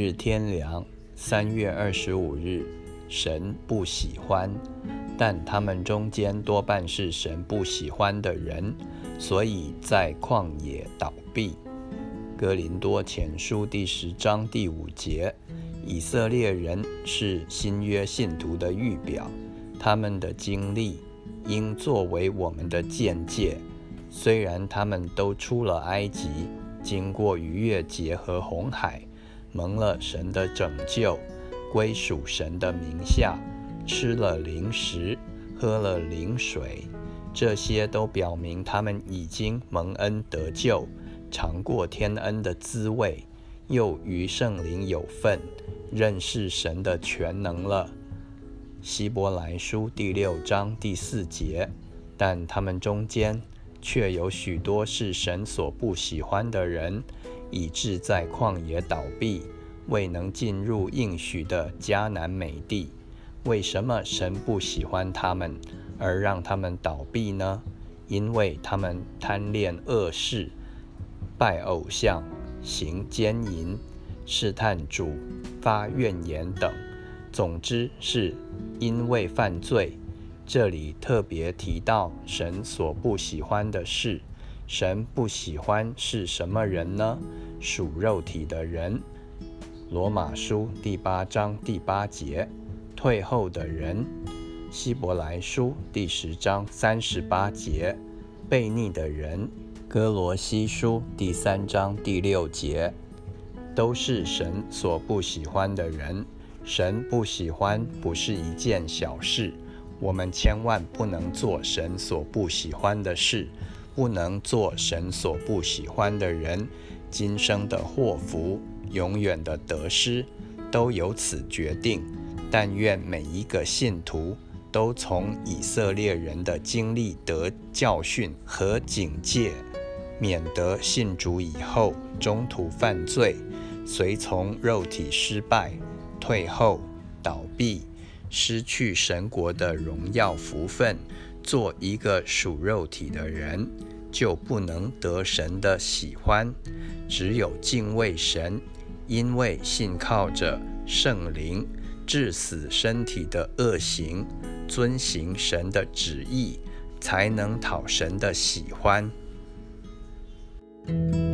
日天良，3月25日，神不喜欢，但他们中间多半是神不喜欢的人，所以在旷野倒闭。哥林多前书第10章第5节，以色列人是新约信徒的预表，他们的经历应作为我们的见解。虽然他们都出了埃及，经过逾越节和红海，蒙了神的拯救，归属神的名下，吃了灵食，喝了灵水，这些都表明他们已经蒙恩得救，尝过天恩的滋味，又与圣灵有份，认识神的全能了。希伯来书第6章第4节，但他们中间却有许多是神所不喜欢的人，以致在旷野倒闭，未能进入应许的迦南美地。为什么神不喜欢他们，而让他们倒闭呢？因为他们贪恋恶事，拜偶像，行奸淫，试探主，发怨言等。总之是因为犯罪。这里特别提到神所不喜欢的事。神不喜欢是什么人呢？属肉体的人。罗马书第8章第8节，退后的人。希伯来书第10章38节，悖逆的人。哥罗西书第3章第6节，都是神所不喜欢的人。神不喜欢不是一件小事，我们千万不能做神所不喜欢的事，不能做神所不喜欢的人。今生的祸福，永远的得失，都由此决定。但愿每一个信徒都从以色列人的经历得教训和警戒，免得信主以后中途犯罪，随从肉体失败，退后倒闭，失去神国的荣耀福分。做一个属肉体的人，就不能得神的喜欢。只有敬畏神，因为信靠着圣灵，治死身体的恶行，遵行神的旨意，才能讨神的喜欢。